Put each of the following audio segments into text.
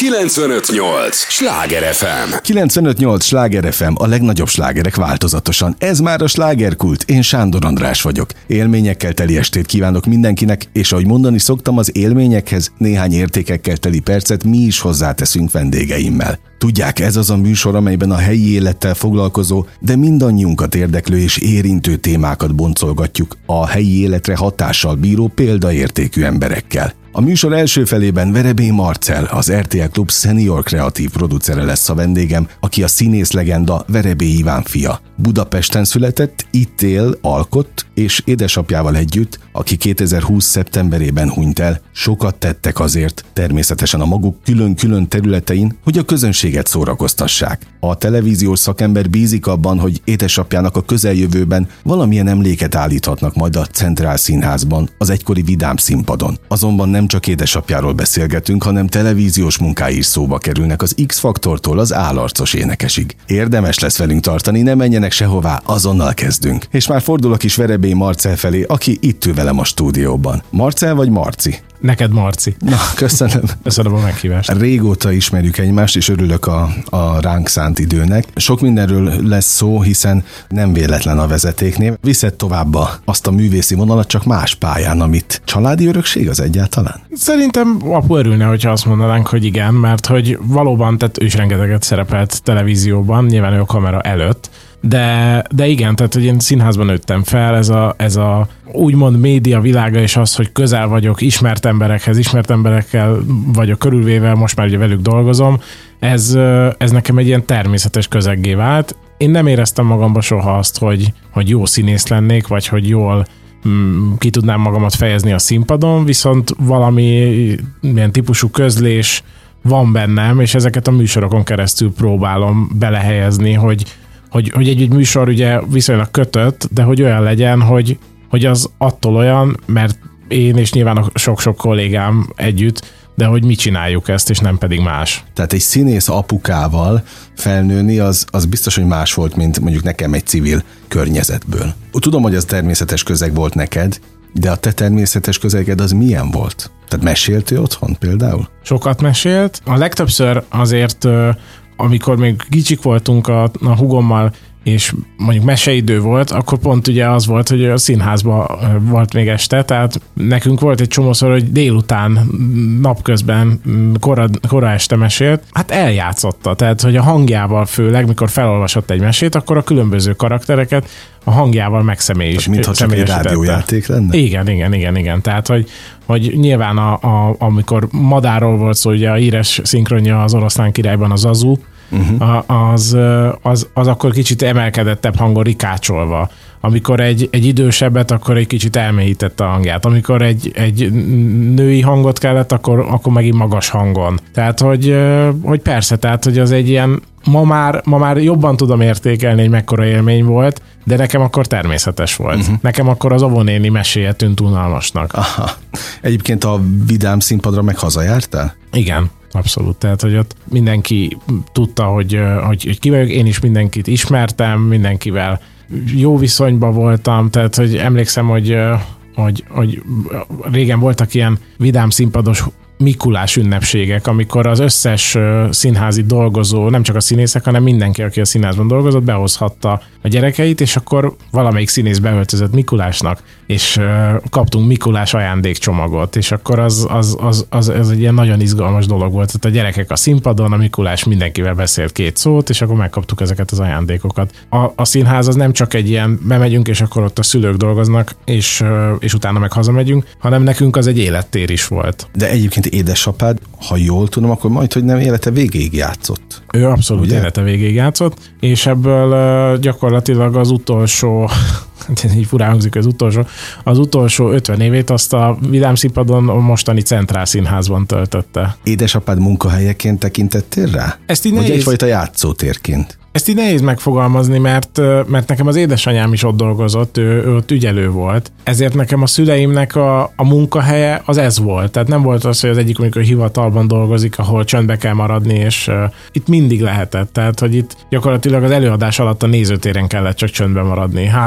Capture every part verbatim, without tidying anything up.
kilencvenöt nyolc Sláger ef em. kilencvenöt nyolc Sláger ef em, a legnagyobb slágerek változatosan. Ez már a slágerkult. Én Sándor András vagyok. Élményekkel teli estét kívánok mindenkinek, és ahogy mondani szoktam, az élményekhez néhány értékekkel teli percet mi is hozzáteszünk vendégeimmel. Tudják, ez az a műsor, amelyben a helyi élettel foglalkozó, de mindannyiunkat érdeklő és érintő témákat boncolgatjuk a helyi életre hatással bíró példaértékű emberekkel. A műsor első felében Verebély Marcell, az er té el Klub senior kreatív producere lesz a vendégem, aki a színész legenda Verebély Iván fia. Budapesten született, itt él, alkott, és édesapjával együtt, aki kétezer-húsz szeptemberében hunyt el, sokat tettek azért, természetesen a maguk külön-külön területein, hogy a közönséget szórakoztassák. A televíziós szakember bízik abban, hogy édesapjának a közeljövőben valamilyen emléket állíthatnak majd a Centrál Színházban, az egykori Vidám színpadon. Azonban nem csak édesapjáról beszélgetünk, hanem televíziós munkái is szóba kerülnek az X-faktortól az állarcos énekesig. Érdemes lesz velünk tartani, ne menjenek sehová, azonnal kezdünk. És már fordul a kis Verebély Marcell felé, aki itt ül velem a stúdióban. Marcell vagy Marci? Neked Marci. Na, köszönöm. Köszönöm a meghívást. Régóta ismerjük egymást, és örülök a, a ránk szánt időnek. Sok mindenről lesz szó, hiszen nem véletlen a vezetéknév. Viszed tovább azt a művészi vonalat, csak más pályán, amit családi örökség az egyáltalán? Szerintem apu örülne, hogyha azt mondanánk, hogy igen, mert hogy valóban, tehát ő is rengeteget szerepelt televízióban, nyilván ő a kamera előtt, De, de igen, tehát hogy én színházban nőttem fel, ez a, ez a úgymond média világa, és az, hogy közel vagyok ismert emberekhez, ismert emberekkel vagyok körülvéve, most már ugye velük dolgozom, ez, ez nekem egy ilyen természetes közeggé vált. Én nem éreztem magamba soha azt, hogy, hogy jó színész lennék, vagy hogy jól mm, ki tudnám magamat fejezni a színpadon, viszont valami ilyen típusú közlés van bennem, és ezeket a műsorokon keresztül próbálom belehelyezni, hogy Hogy, hogy egy-egy műsor ugye viszonylag kötött, de hogy olyan legyen, hogy, hogy az attól olyan, mert én és nyilván a sok-sok kollégám együtt, de hogy mi csináljuk ezt, és nem pedig más. Tehát egy színész apukával felnőni, az, az biztos, hogy más volt, mint mondjuk nekem egy civil környezetből. Tudom, hogy az természetes közeg volt neked, de a te természetes közeged az milyen volt? Tehát meséltél otthon például? Sokat mesélt. A legtöbbször azért, amikor még kicsik voltunk a, a húgommal, és mondjuk meseidő volt, akkor pont ugye az volt, hogy a színházban volt még este, tehát nekünk volt egy csomószor, hogy délután, napközben, kora, kora este mesélt, hát eljátszotta, tehát hogy a hangjával főleg, mikor felolvasott egy mesét, akkor a különböző karaktereket a hangjával megszemélyis. Mintha csak egy rádiójáték lenne? Igen, igen, igen, igen. Tehát, hogy, hogy nyilván a, a, amikor Madárról volt szó, ugye a híres szinkronja az Oroszlán királyban az Azu, Uh-huh. Az, az, az akkor kicsit emelkedettebb hangon rikácsolva. Amikor egy, egy idősebbet, akkor egy kicsit elmélyítette a hangját. Amikor egy, egy női hangot kellett, akkor, akkor megint magas hangon. Tehát, hogy, hogy persze, tehát, hogy az egy ilyen, ma már, ma már jobban tudom értékelni, hogy mekkora élmény volt, de nekem akkor természetes volt. Uh-huh. Nekem akkor az Ovonéni meséje tűnt unalmasnak. Aha. Egyébként a Vidám színpadra meg hazajártál? Igen. Abszolút, tehát, hogy ott mindenki tudta, hogy, hogy, hogy ki vagyok, én is mindenkit ismertem, mindenkivel jó viszonyban voltam, tehát, hogy emlékszem, hogy, hogy, hogy régen voltak ilyen vidám színpados Mikulás ünnepségek, amikor az összes színházi dolgozó, nem csak a színészek, hanem mindenki, aki a színházban dolgozott, behozhatta a gyerekeit, és akkor valamelyik színész beöltözött Mikulásnak, és kaptunk Mikulás ajándékcsomagot, és akkor az, az, az, az, az egy ilyen nagyon izgalmas dolog volt. Tehát a gyerekek a színpadon, a Mikulás mindenkivel beszélt két szót, és akkor megkaptuk ezeket az ajándékokat. A, a színház az nem csak egy ilyen, bemegyünk, és akkor ott a szülők dolgoznak, és, és utána meg hazamegyünk, hanem nekünk az egy élettér is volt. De egyébként édesapád, ha jól tudom, akkor majd, hogy nem élete végéig játszott. Ő abszolút ugye? Élete végéig játszott, és ebből uh, gyakorlatilag az utolsó, így furán hangzik, az utolsó, az utolsó ötven évét azt a Vidám színpadon a mostani Centrál Színházban töltötte. Édesapád munkahelyeként tekintettél rá? Ezt így Vagy nehéz... egyfajta játszótérként? Ezt így nehéz megfogalmazni, mert, mert nekem az édesanyám is ott dolgozott, ő, ő ott ügyelő volt. Ezért nekem a szüleimnek a, a munkahelye az ez volt. Tehát nem volt az, hogy az egyik amikor hivatalban dolgozik, ahol csöndbe kell maradni, és uh, itt mindig lehetett. Tehát, hogy itt gyakorlatilag az előadás alatt a nézőtéren kellett csak csöndbe maradni. Hátul a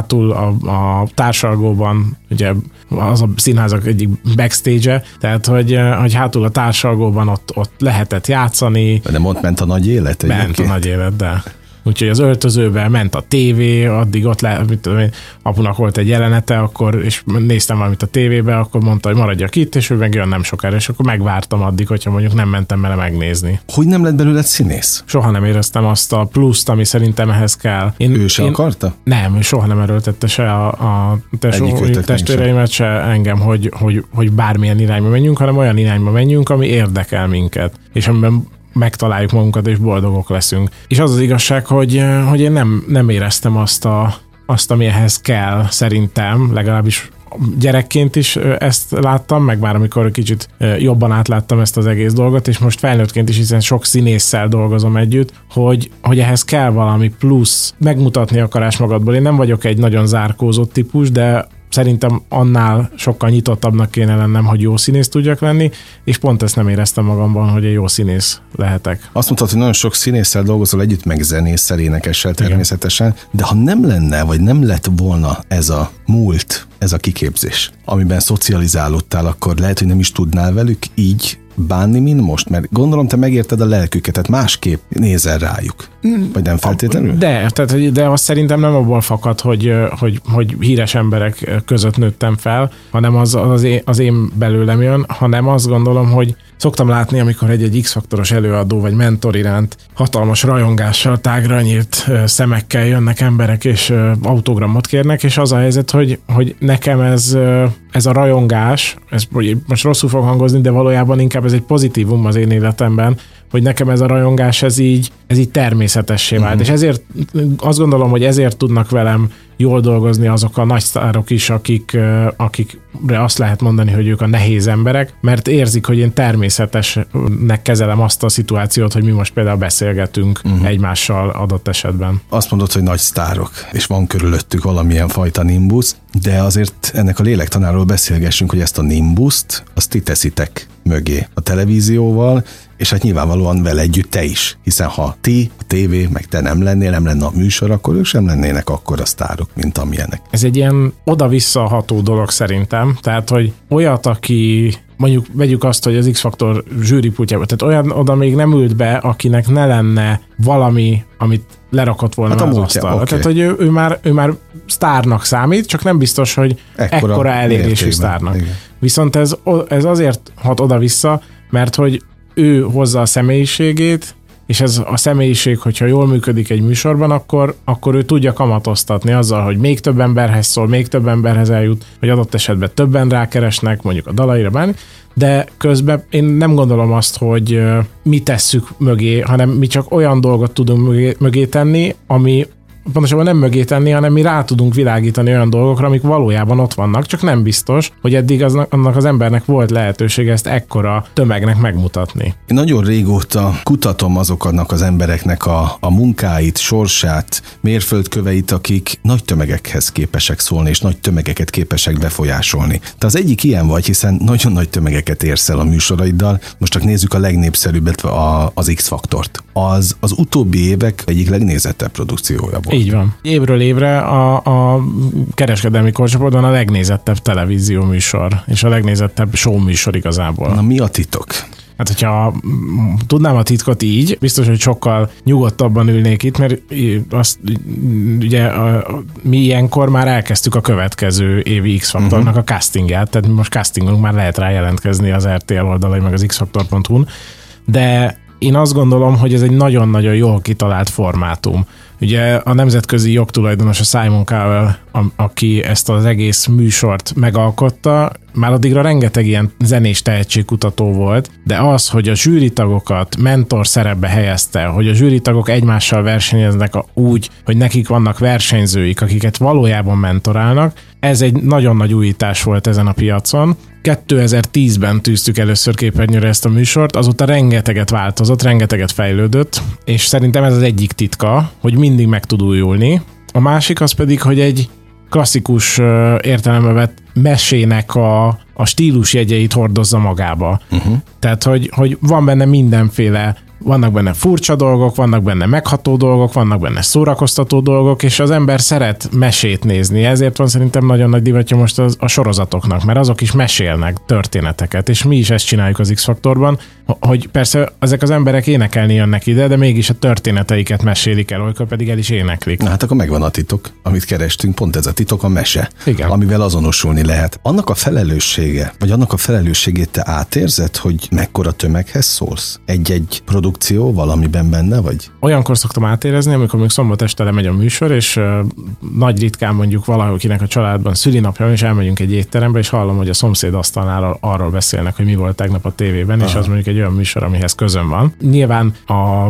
a, a társalgóban, ugye az a színházak egyik backstage-e, tehát hogy, hogy hátul a társalgóban ott, ott lehetett játszani. De ott ment a nagy élet egyébként? Ment a nagy élet, de... Úgyhogy az öltözőben ment a tévé, addig ott le, mit tudom én, apunak volt egy jelenete, akkor, és néztem valamit a tévébe, akkor mondta, hogy maradjak itt, és ő meg jön nem sokára, és akkor megvártam addig, hogyha mondjuk nem mentem vele megnézni. Hogy nem lett belőle színész? Soha nem éreztem azt a pluszt, ami szerintem ehhez kell. Én, ő se én, akarta? Nem, ő soha nem erőltette se a, a testvéreimet, se engem, hogy, hogy, hogy bármilyen irányba menjünk, hanem olyan irányba menjünk, ami érdekel minket. És amiben megtaláljuk magunkat, és boldogok leszünk. És az az igazság, hogy, hogy én nem, nem éreztem azt, a, azt, ami ehhez kell, szerintem, legalábbis gyerekként is ezt láttam, meg már amikor kicsit jobban átláttam ezt az egész dolgot, és most felnőttként is, hiszen sok színésszel dolgozom együtt, hogy, hogy ehhez kell valami plusz, megmutatni akarás magadból. Én nem vagyok egy nagyon zárkózott típus, de szerintem annál sokkal nyitottabbnak kéne lennem, hogy jó színész tudjak lenni, és pont ezt nem éreztem magamban, hogy egy jó színész lehetek. Azt mondtad, hogy nagyon sok színésszel dolgozol együtt, meg zenésszel, énekessel természetesen, igen. De ha nem lenne, vagy nem lett volna ez a múlt, ez a kiképzés, amiben szocializálódtál, akkor lehet, hogy nem is tudnál velük így bánni, mint most? Mert gondolom, te megérted a lelküket, tehát másképp nézel rájuk. Vagy nem feltétlenül? De, tehát, de azt szerintem nem abból fakad, hogy, hogy, hogy híres emberek között nőttem fel, hanem az, az, én, az én belőlem jön, hanem azt gondolom, hogy szoktam látni, amikor egy-egy X-faktoros előadó vagy mentor iránt hatalmas rajongással, tágra nyílt szemekkel jönnek emberek, és autogramot kérnek, és az a helyzet, hogy, hogy nekem ez, ez a rajongás, ez most rosszul fog hangozni, de valójában inkább ez egy pozitívum az én életemben, hogy nekem ez a rajongás, ez így, ez így természetessé vált. Uh-huh. És ezért azt gondolom, hogy ezért tudnak velem jól dolgozni azok a nagy sztárok is, akik, akikre azt lehet mondani, hogy ők a nehéz emberek, mert érzik, hogy én természetesnek kezelem azt a szituációt, hogy mi most például beszélgetünk uh-huh. egymással adott esetben. Azt mondod, hogy nagy sztárok, és van körülöttük valamilyen fajta nimbusz, de azért ennek a lélektanáról beszélgessünk, hogy ezt a nimbuszt, azt ti teszitek mögé a televízióval, és hát nyilvánvalóan vele együtt te is, hiszen ha ti, a tévé, meg te nem lennél, nem lenne a műsor, akkor ők sem lennének akkora sztárok, mint amilyenek. Ez egy ilyen oda-vissza ható dolog szerintem, tehát, hogy olyat, aki mondjuk vegyük azt, hogy az X-faktor zsűripultjába, tehát olyan oda még nem ült be, akinek ne lenne valami, amit lerakott volna hát az asztalra. Okay. Tehát, hogy ő, ő, már, ő már sztárnak számít, csak nem biztos, hogy ekkora, ekkora elérésű sztárnak. Igen. Viszont ez, ez azért hat oda-vissza, mert hogy ő hozza a személyiségét, és ez a személyiség, hogyha jól működik egy műsorban, akkor, akkor ő tudja kamatoztatni azzal, hogy még több emberhez szól, még több emberhez eljut, hogy adott esetben többen rákeresnek, mondjuk a dalaira bármi, de közben én nem gondolom azt, hogy mi tesszük mögé, hanem mi csak olyan dolgot tudunk mögé, mögé tenni, ami pontosabban nem mögé tenni, hanem mi rá tudunk világítani olyan dolgokra, amik valójában ott vannak, csak nem biztos, hogy eddig az, annak az embernek volt lehetősége ezt ekkora tömegnek megmutatni. Én nagyon régóta kutatom azoknak az embereknek a, a munkáit, sorsát, mérföldköveit, akik nagy tömegekhez képesek szólni, és nagy tömegeket képesek befolyásolni. Te az egyik ilyen vagy, hiszen nagyon nagy tömegeket érsz el a műsoraiddal. Most csak nézzük a legnépszerűbbet, a, az X-faktort. Az az utóbbi évek egyik legnézettebb produkciója volt. Így van. Évről évre a, a kereskedelmi korcsoportban a legnézettebb televízió műsor, és a legnézettebb show műsor igazából. Na mi a titok? Hát, hogyha tudnám a titkot így, biztos, hogy sokkal nyugodtabban ülnék itt, mert azt ugye a, mi ilyenkor már elkezdtük a következő évi X-faktornak uh-huh. a castingját, tehát most castingunk már lehet rá jelentkezni az er té el oldalai, meg az x faktor pont hu-n, de én azt gondolom, hogy ez egy nagyon-nagyon jól kitalált formátum. Ugye a nemzetközi jogtulajdonos, a Simon Cowell, a, aki ezt az egész műsort megalkotta, már addigra rengeteg ilyen zenés tehetségkutató volt, de az, hogy a zsűritagokat mentor szerepbe helyezte, hogy a zsűritagok egymással versenyeznek úgy, hogy nekik vannak versenyzőik, akiket valójában mentorálnak, ez egy nagyon nagy újítás volt ezen a piacon. kétezer-tízben tűztük először képernyőre ezt a műsort, azóta rengeteget változott, rengeteget fejlődött, és szerintem ez az egyik titka, hogy mindig meg tud újulni. A másik az pedig, hogy egy klasszikus értelembe vett mesének a, a stílusjegyeit hordozza magába. Uh-huh. Tehát, hogy, hogy van benne mindenféle vannak benne furcsa dolgok, vannak benne megható dolgok, vannak benne szórakoztató dolgok, és az ember szeret mesét nézni. Ezért van szerintem nagyon nagy divatja most az, a sorozatoknak, mert azok is mesélnek történeteket, és mi is ezt csináljuk az X-faktorban, hogy persze ezek az emberek énekelni jönnek ide, de mégis a történeteiket mesélik el, olykor pedig el is éneklik. Na hát akkor megvan a titok, amit kerestünk, pont ez a titok, a mese, igen, amivel azonosulni lehet. Annak a felelőssége, vagy annak a felelősségét te átérzed, hogy mekkora tömeghez szólsz? Egy-egy produkció valamiben benne vagy? Olyankor szoktam átérezni, amikor még szombat este lemegy a műsor, és uh, nagy ritkán mondjuk valakinek a családban szülinapja, és elmegyünk egy étterembe, és hallom, hogy a szomszéd asztalnál arról beszélnek, hogy mi volt tegnap a tévében, aha, és az mondjuk egy olyan műsor, amihez közön van. Nyilván a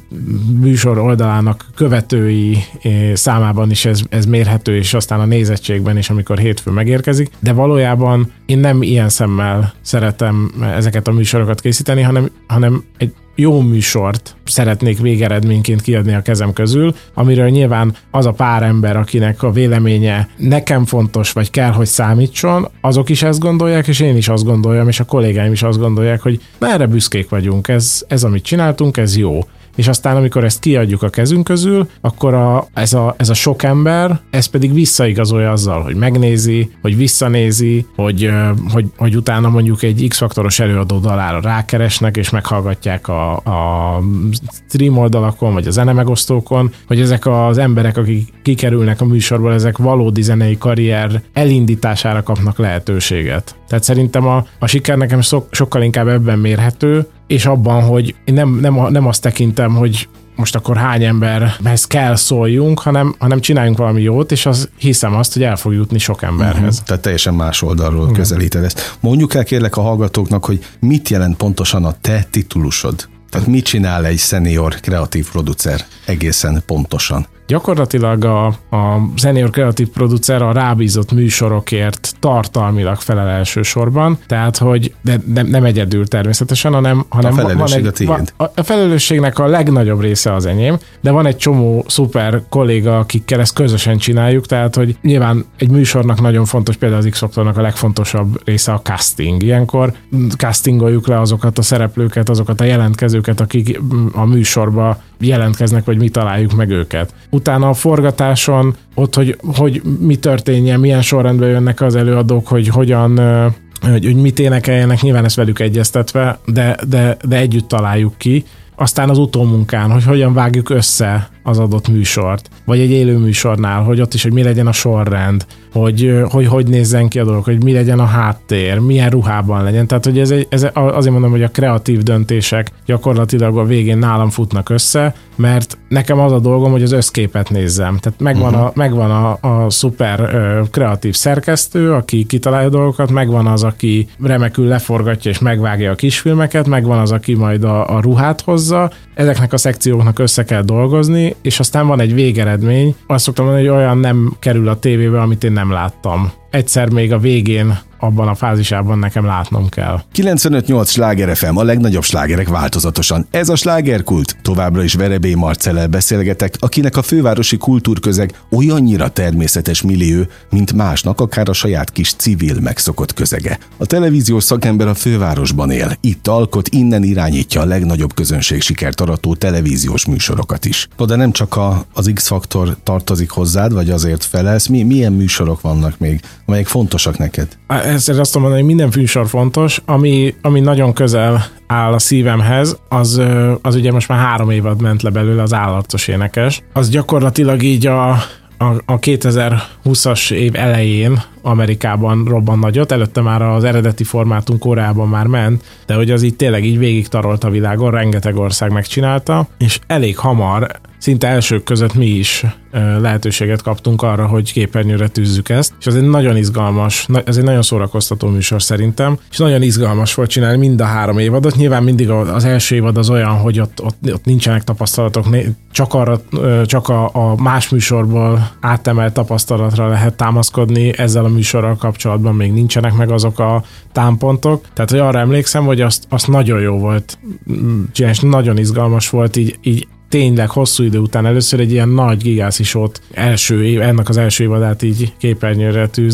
műsor oldalának követői számában is ez, ez mérhető, és aztán a nézettségben is, amikor hétfő megérkezik, de valójában én nem ilyen szemmel szeretem ezeket a műsorokat készíteni, hanem, hanem egy jó műsort szeretnék végeredményként kiadni a kezem közül, amiről nyilván az a pár ember, akinek a véleménye nekem fontos, vagy kell, hogy számítson, azok is ezt gondolják, és én is azt gondoljam, és a kollégáim is azt gondolják, hogy na, erre büszkék vagyunk, ez, ez amit csináltunk, ez jó. És aztán, amikor ezt kiadjuk a kezünk közül, akkor a, ez, a, ez a sok ember, ez pedig visszaigazolja azzal, hogy megnézi, hogy visszanézi, hogy, hogy, hogy utána mondjuk egy X-faktoros előadó dalára rákeresnek, és meghallgatják a, a stream oldalakon, vagy a zenemegosztókon, hogy ezek az emberek, akik kikerülnek a műsorból, ezek valódi zenei karrier elindítására kapnak lehetőséget. Tehát szerintem a, a siker nekem so, sokkal inkább ebben mérhető, és abban, hogy én nem, nem, nem azt tekintem, hogy most akkor hány emberhez kell szóljunk, hanem, hanem csináljunk valami jót, és az, hiszem azt, hogy el fog jutni sok emberhez. Uh-huh. Tehát teljesen más oldalról uh-huh. közelíted ezt. Mondjuk el kérlek a hallgatóknak, hogy mit jelent pontosan a te titulusod? Tehát mit csinál egy senior kreatív producer egészen pontosan? Gyakorlatilag a, a senior kreatív producer a rábízott műsorokért tartalmilag felel elsősorban, tehát hogy de, de nem egyedül természetesen, hanem, hanem a felelősség van egy, van, a, a felelősségnek a legnagyobb része az enyém, de van egy csomó szuper kolléga, akikkel ezt közösen csináljuk, tehát hogy nyilván egy műsornak nagyon fontos, például az X-faktornak a legfontosabb része a casting. Ilyenkor castingoljuk le azokat a szereplőket, azokat a jelentkezőket, akik a műsorba jelentkeznek, vagy mi találjuk meg őket. Utána a forgatáson, ott, hogy, hogy mi történjen, milyen sorrendben jönnek az előadók, hogy hogyan, hogy, hogy mit énekeljenek, nyilván ezt velük egyeztetve, de, de, de együtt találjuk ki. Aztán az utómunkán, hogy hogyan vágjuk össze az adott műsort, vagy egy élő műsornál, hogy ott is, hogy mi legyen a sorrend, hogy hogy, hogy nézzen ki a dolog, hogy mi legyen a háttér, milyen ruhában legyen. Tehát, hogy ez, egy, ez azért mondom, hogy a kreatív döntések gyakorlatilag a végén nálam futnak össze, mert nekem az a dolgom, hogy az összképet nézzem. Tehát megvan, uh-huh. a, megvan a, a szuper uh, kreatív szerkesztő, aki kitalálja dolgokat, megvan az, aki remekül leforgatja és megvágja a kisfilmeket, megvan az, aki majd a, a ruhát hozza. Ezeknek a szekcióknak össze kell dolgozni, és aztán van egy végeredmény. Azt szoktam mondani, hogy olyan nem kerül a tévébe, amit én nem láttam. Egyszer még a végén abban a fázisában nekem látnom kell. kilencvenöt nyolc Sláger ef em, a legnagyobb slágerek változatosan. Ez a slágerkult. Továbbra is Verebély Marcellel beszélgetek, akinek a fővárosi kultúrközeg olyannyira természetes millió, mint másnak akár a saját kis civil megszokott közege. A televíziós szakember a fővárosban él. Itt alkot, innen irányítja a legnagyobb közönség sikert arató televíziós műsorokat is. No, de nem csak a, az X-faktor tartozik hozzád, vagy azért felelsz. Mi, milyen műsorok vannak még, amelyek fontosak neked? Ezért azt mondom, hogy minden műsor fontos, ami, ami nagyon közel áll a szívemhez, az, az ugye most már három évad ment le belőle, az Állarcos énekes. Az gyakorlatilag így a, a, a kétezer-húszas év elején Amerikában robban nagyot, előtte már az eredeti formátum Koreában már ment, de hogy az így tényleg így végig tarolt a világon, rengeteg ország megcsinálta, és elég hamar, szinte elsők között mi is lehetőséget kaptunk arra, hogy képernyőre tűzzük ezt, és ez egy nagyon izgalmas, ez egy nagyon szórakoztató műsor szerintem, és nagyon izgalmas volt csinálni mind a három évadot. Nyilván mindig az első évad az olyan, hogy ott, ott, ott nincsenek tapasztalatok, csak, arra, csak a, a más műsorból átemelt tapasztalatra lehet támaszkodni, ezzel a műsorral kapcsolatban még nincsenek meg azok a támpontok. Tehát, hogy arra emlékszem, hogy azt, azt nagyon jó volt csinálni, és nagyon izgalmas volt így, így tényleg hosszú idő után először egy ilyen nagy gigászi sót első év, ennek az első évadát így képernyőre tűzni,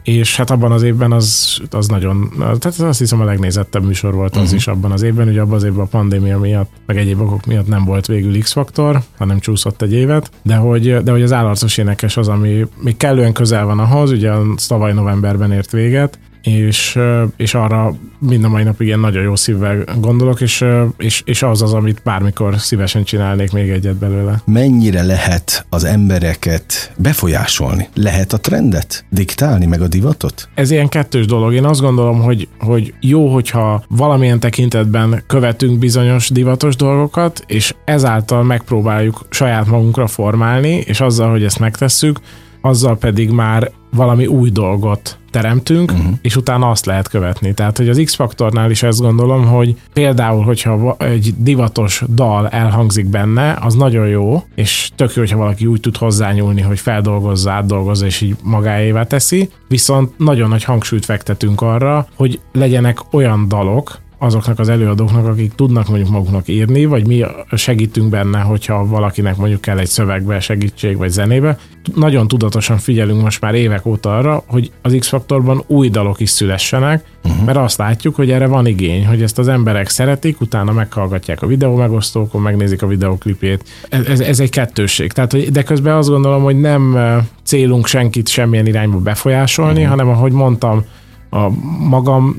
és hát abban az évben az, az nagyon, tehát azt hiszem a legnézettebb műsor volt az uh-huh. is abban az évben, ugye abban az évben a pandémia miatt, meg egyéb okok miatt nem volt végül X-faktor, hanem csúszott egy évet, de hogy, de hogy az Állarcos énekes az, ami még kellően közel van ahhoz, ugye tavaly novemberben ért véget, és, és arra mind a mai napig ilyen nagyon jó szívvel gondolok, és, és, és az az, amit bármikor szívesen csinálnék még egyet belőle. Mennyire lehet az embereket befolyásolni? Lehet a trendet diktálni, meg a divatot? Ez ilyen kettős dolog. Én azt gondolom, hogy, hogy jó, hogyha valamilyen tekintetben követünk bizonyos divatos dolgokat, és ezáltal megpróbáljuk saját magunkra formálni, és azzal, hogy ezt megtesszük, azzal pedig már valami új dolgot teremtünk, uh-huh. és utána azt lehet követni. Tehát, hogy az X-faktornál is ezt gondolom, hogy például, hogyha egy divatos dal elhangzik benne, az nagyon jó, és tök jó, hogyha valaki úgy tud hozzányúlni, hogy feldolgozza, átdolgozza, és így magáévá teszi, viszont nagyon nagy hangsúlyt fektetünk arra, hogy legyenek olyan dalok, azoknak az előadóknak, akik tudnak mondjuk maguknak írni, vagy mi segítünk benne, hogyha valakinek mondjuk kell egy szövegbe segítség, vagy zenébe. Nagyon tudatosan figyelünk most már évek óta arra, hogy az X-faktorban új dalok is szülessenek, uh-huh. mert azt látjuk, hogy erre van igény, hogy ezt az emberek szeretik, utána meghallgatják a videó megosztókon, megnézik a videóklipjét. Ez, ez egy kettősség. Tehát, hogy de közben azt gondolom, hogy nem célunk senkit semmilyen irányba befolyásolni, uh-huh. hanem ahogy mondtam, a magam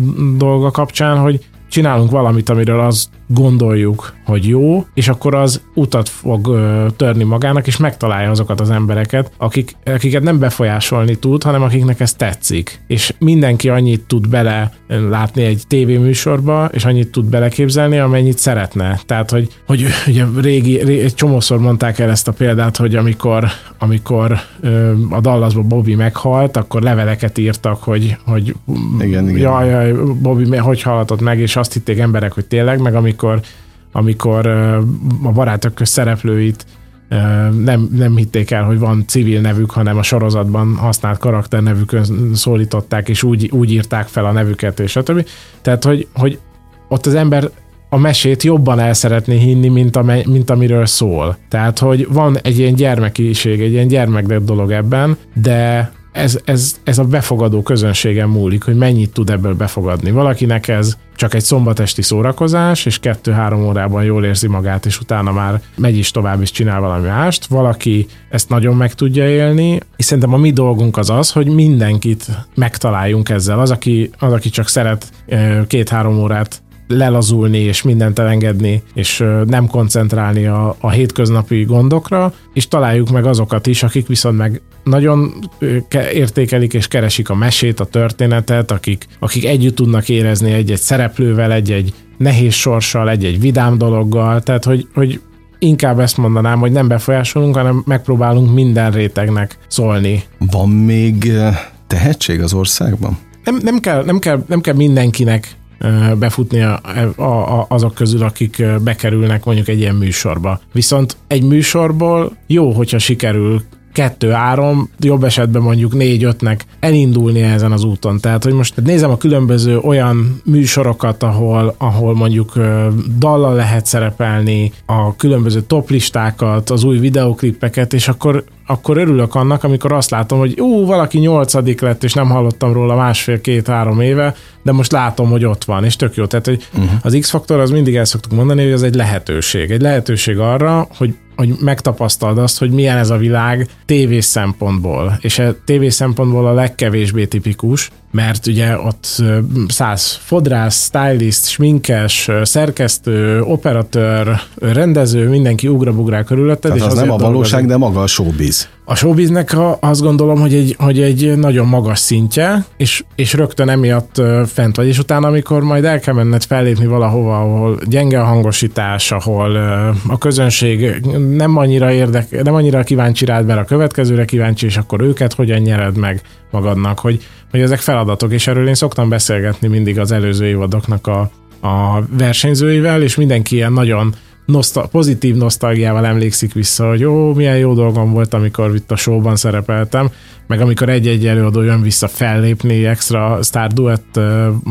dolga kapcsán, hogy csinálunk valamit, amiről azt gondoljuk, hogy jó, és akkor az utat fog ö, törni magának, és megtalálja azokat az embereket, akik, akiket nem befolyásolni tud, hanem akiknek ez tetszik. És mindenki annyit tud bele látni egy tévéműsorba, és annyit tud beleképzelni, amennyit szeretne. Tehát, hogy, hogy ugye régi, régi, egy csomószor mondták el ezt a példát, hogy amikor, amikor ö, a Dallasban Bobby meghalt, akkor leveleket írtak, hogy, hogy igen, igen. jaj, jaj, Bobby hogy halhatott meg, és azt hitték emberek, hogy tényleg, meg amikor, amikor a Barátok Közt szereplőit nem, nem hitték el, hogy van civil nevük, hanem a sorozatban használt karakternevükön szólították, és úgy, úgy írták fel a nevüket, és stb. Tehát, hogy, hogy ott az ember a mesét jobban el szeretné hinni, mint, amely, mint amiről szól. Tehát, hogy van egy ilyen gyermekiség, egy ilyen gyermekdebb dolog ebben, de Ez, ez, ez a befogadó közönségen múlik, hogy mennyit tud ebből befogadni. Valakinek ez csak egy szombatesti szórakozás, és kettő-három órában jól érzi magát, és utána már megy is tovább, és csinál valami mást. Valaki ezt nagyon meg tudja élni, és szerintem a mi dolgunk az az, hogy mindenkit megtaláljunk ezzel. Az, aki, az, aki csak szeret két-három órát lelazulni, és mindent elengedni, és nem koncentrálni a, a hétköznapi gondokra, és találjuk meg azokat is, akik viszont meg nagyon értékelik és keresik a mesét, a történetet, akik, akik együtt tudnak érezni egy-egy szereplővel, egy-egy nehéz sorssal, egy-egy vidám dologgal, tehát hogy, hogy inkább ezt mondanám, hogy nem befolyásolunk, hanem megpróbálunk minden rétegnek szólni. Van még tehetség az országban? Nem, nem, kell, nem, kell, nem kell mindenkinek befutni a, a, a, azok közül, akik bekerülnek mondjuk egy ilyen műsorba. Viszont egy műsorból jó, hogyha sikerül kettő-három, jobb esetben mondjuk négy-ötnek elindulni ezen az úton. Tehát, hogy most nézem a különböző olyan műsorokat, ahol, ahol mondjuk dallal lehet szerepelni, a különböző toplistákat, az új videóklippeket, és akkor akkor örülök annak, amikor azt látom, hogy ú, valaki nyolcadik lett, és nem hallottam róla másfél-két-három éve, de most látom, hogy ott van, és tök jó. Tehát, hogy uh-huh. az X-faktor, az mindig el szoktuk mondani, hogy az egy lehetőség. Egy lehetőség arra, hogy, hogy megtapasztald azt, hogy milyen ez a világ tévés szempontból. És a tévés szempontból a legkevésbé tipikus, mert ugye ott száz fodrász, stylist, sminkes, szerkesztő, operatőr, rendező, mindenki ugrabugrál körülötted. Tehát és az nem a valóság, de maga a showbiz. A showbiznek azt gondolom, hogy egy, hogy egy nagyon magas szintje, és, és rögtön emiatt fent vagy, és utána, amikor majd el kell menned fellépni valahova, ahol gyenge a hangosítás, ahol a közönség nem annyira érdek, nem annyira kíváncsi rád, mert a következőre kíváncsi, és akkor őket hogyan nyered meg magadnak, hogy, hogy ezek feladatok, és erről én szoktam beszélgetni mindig az előző évadoknak a, a versenyzőivel, és mindenki ilyen nagyon Nosztal- pozitív nosztalgiával emlékszik vissza, hogy jó, milyen jó dolgom volt, amikor itt a showban szerepeltem, meg amikor egy-egy előadó jön vissza fellépni extra Star Duett,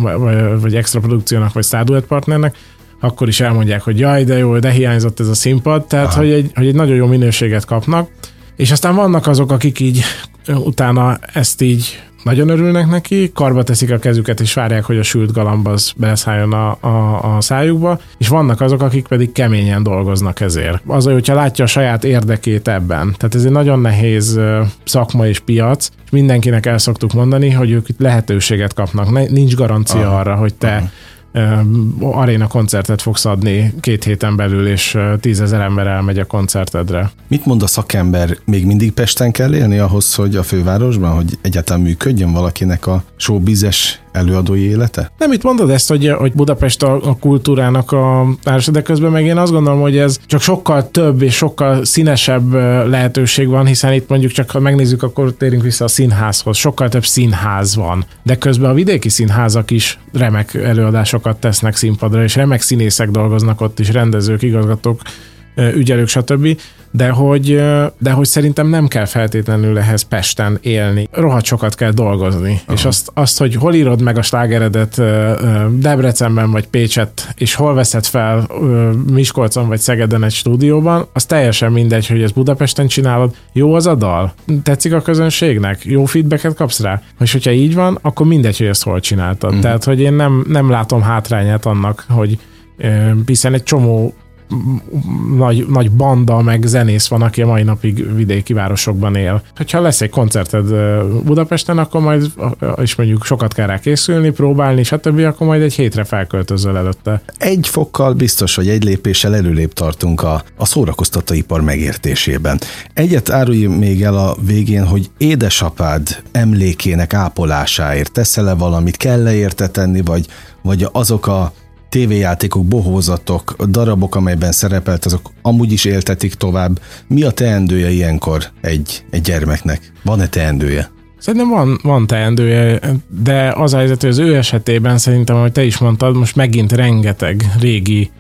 vagy extra produkciónak, vagy Star Duett partnernek, akkor is elmondják, hogy jaj, de jó, de hiányzott ez a színpad, tehát hogy egy, hogy egy nagyon jó minőséget kapnak, és aztán vannak azok, akik így utána ezt így nagyon örülnek neki, karba teszik a kezüket, és várják, hogy a sült galamb az beleszálljon a, a, a szájukba, és vannak azok, akik pedig keményen dolgoznak ezért. Az, hogyha látja a saját érdekét ebben. Tehát ez egy nagyon nehéz szakma és piac, és mindenkinek el szoktuk mondani, hogy ők itt lehetőséget kapnak. Nincs garancia aha, arra, hogy te aha. aréna koncertet fogsz adni két héten belül, és tízezer ember elmegy a koncertedre. Mit mond a szakember? Még mindig Pesten kell élni ahhoz, hogy a fővárosban, hogy egyáltalán működjön valakinek a showbizes előadói élete? Nem, itt mondod ezt, hogy, hogy Budapest a, a kultúrának a városa, de közben meg én azt gondolom, hogy ez csak sokkal több és sokkal színesebb lehetőség van, hiszen itt mondjuk csak ha megnézzük, akkor térünk vissza a színházhoz. Sokkal több színház van, de közben a vidéki színházak is remek előadásokat tesznek színpadra, és remek színészek dolgoznak ott is, rendezők, igazgatók, ügyelők, stb. De hogy, de hogy szerintem nem kell feltétlenül ehhez Pesten élni. Rohadt sokat kell dolgozni. Aha. És azt, azt, hogy hol írod meg a slágeredet Debrecenben vagy Pécset, és hol veszed fel Miskolcon vagy Szegeden egy stúdióban, az teljesen mindegy, hogy ezt Budapesten csinálod. Jó az a dal? Tetszik a közönségnek? Jó feedbacket kapsz rá? És hogyha így van, akkor mindegy, hogy ezt hol csináltad. Uh-huh. Tehát, hogy én nem, nem látom hátrányát annak, hogy hiszen egy csomó Nagy, nagy banda, meg zenész van, aki a mai napig vidéki városokban él. Hogyha lesz egy koncerted Budapesten, akkor majd, és mondjuk sokat kell rá készülni, próbálni, stb., akkor majd egy hétre felköltözöl előtte. Egy fokkal biztos, hogy egy lépéssel előrébb tartunk a, a szórakoztatóipar megértésében. Egyet árulj még el a végén, hogy édesapád emlékének ápolásáért teszel-e valamit, kell-e érte tenni, vagy, vagy azok a tévéjátékok, bohózatok, darabok, amelyben szerepelt, azok amúgy is éltetik tovább. Mi a teendője ilyenkor egy, egy gyermeknek? Van-e teendője? Szerintem van, van teendője, de az a helyzet, hogy az ő esetében szerintem, ahogy te is mondtad, most megint rengeteg régi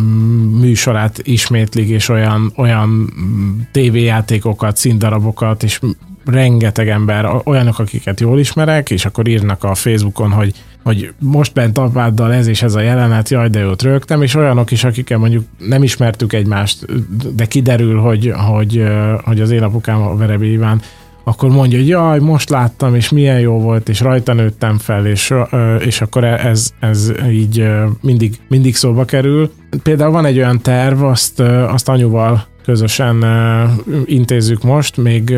műsorát ismétlik, és olyan, olyan tévéjátékokat, színdarabokat, és rengeteg ember, olyanok, akiket jól ismerek, és akkor írnak a Facebookon, hogy, hogy most bent apáddal ez és ez a jelenet, jaj, de jót rögtem, és olyanok is, akikkel mondjuk nem ismertük egymást, de kiderül, hogy, hogy, hogy az én apukám, a Verebélyi Iván, akkor mondja, hogy jaj, most láttam, és milyen jó volt, és rajta nőttem fel, és, és akkor ez, ez így mindig, mindig szóba kerül. Például van egy olyan terv, azt, azt anyuval közösen intézzük most, még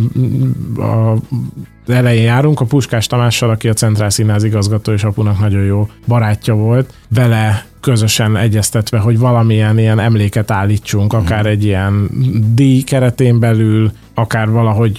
a elején járunk, a Puskás Tamással, aki a Centrál Színház igazgató, és apunak nagyon jó barátja volt, vele közösen egyeztetve, hogy valamilyen ilyen emléket állítsunk, akár egy ilyen díj keretén belül, akár valahogy,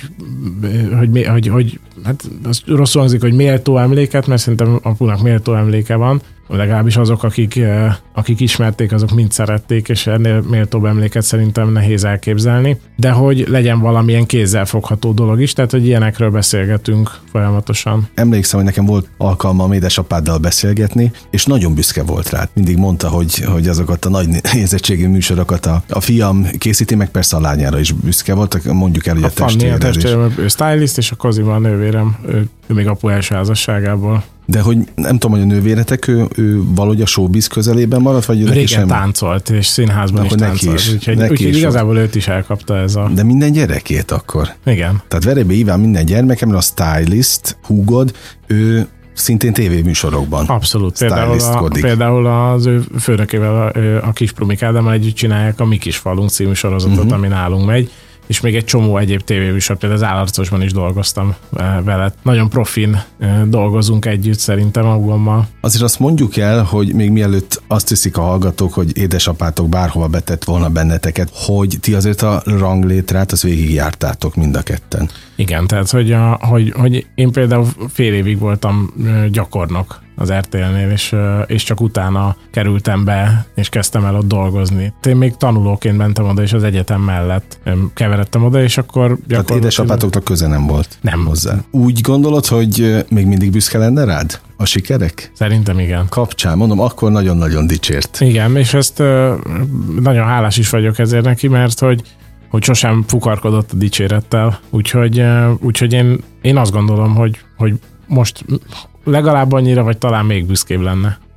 hogy, hogy, hogy hát az rosszul hangzik, hogy méltó emléket, mert szerintem apunak méltó emléke van, legalábbis azok, akik, akik ismerték, azok mind szerették, és ennél méltóbb emléket szerintem nehéz elképzelni, de hogy legyen valamilyen kézzelfogható dolog is, tehát hogy ilyenekről beszélgetünk folyamatosan. Emlékszem, hogy nekem volt alkalmam édesapáddal beszélgetni, és nagyon büszke volt rá. Mindig mondta, hogy, hogy azokat a nagy nézettségű műsorokat a, a fiam készíti, meg persze a lányára is büszke volt, mondjuk el, hogy a, a testvére. A testvérem, ő stylist, és a Koziva a nővérem, ő, ő még apu első házasságából. De hogy nem tudom, hogy a nővéretek, ő, ő valahogy a showbiz közelében maradt, vagy ő régen neki sem... táncolt, és színházban is táncolt. Is, úgyhogy úgyhogy igazából őt is elkapta ez a... De minden gyerekét akkor. Igen. Tehát Verebélyi Iván minden gyermekemre a stylist, húgod, ő szintén tévéműsorokban. Abszolút. Például, a, például az ő főnökével, a, a Kis Prumik Ádámmal együtt csinálják a Mi Kis Falunk című sorozatot, uh-huh. ami nálunk megy, és még egy csomó egyéb tévéműsor, például az Állarcosban is dolgoztam vele. Nagyon profin dolgozunk együtt szerintem magummal. Azért azt mondjuk el, hogy még mielőtt azt hiszik a hallgatók, hogy édesapátok bárhova betett volna benneteket, hogy ti azért a ranglétrát az végigjártátok mind a ketten. Igen, tehát hogy, a, hogy, hogy én például fél évig voltam gyakornok az er té el-nél, és, és csak utána kerültem be, és kezdtem el ott dolgozni. Én még tanulóként mentem oda, és az egyetem mellett keveredtem oda, és akkor... Tehát édesapátoknak köze nem volt nem. hozzá. Úgy gondolod, hogy még mindig büszke lenne rád a sikerek? Szerintem igen. Kapcsán, mondom, akkor nagyon-nagyon dicsért. Igen, és ezt nagyon hálás is vagyok ezért neki, mert hogy hogy sosem fukarkodott a dicsérettel, úgyhogy, úgyhogy én, én azt gondolom, hogy, hogy most legalább annyira, vagy talán még büszkébb lenne.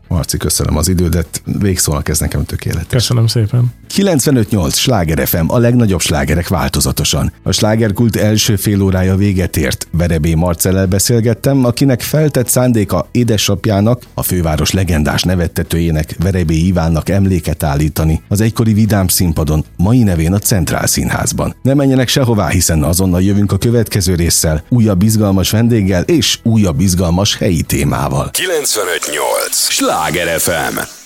Marci, köszönöm az idődet, végszónak ez nekem tökéletes. Köszönöm szépen. kilencvenöt nyolc Sláger ef em, a legnagyobb slágerek változatosan. A slágerkult első fél órája véget ért. Verebély Marcellel beszélgettem, akinek feltett szándéka édesapjának, a főváros legendás nevettetőjének, Verebély Ivánnak emléket állítani az egykori vidám színpadon, mai nevén a Centrál Színházban. Ne menjenek sehová, hiszen azonnal jövünk a következő résszel, újabb izgalmas vendéggel és újabb izgalmas helyi témával. kilencvenöt nyolc Sláger ef em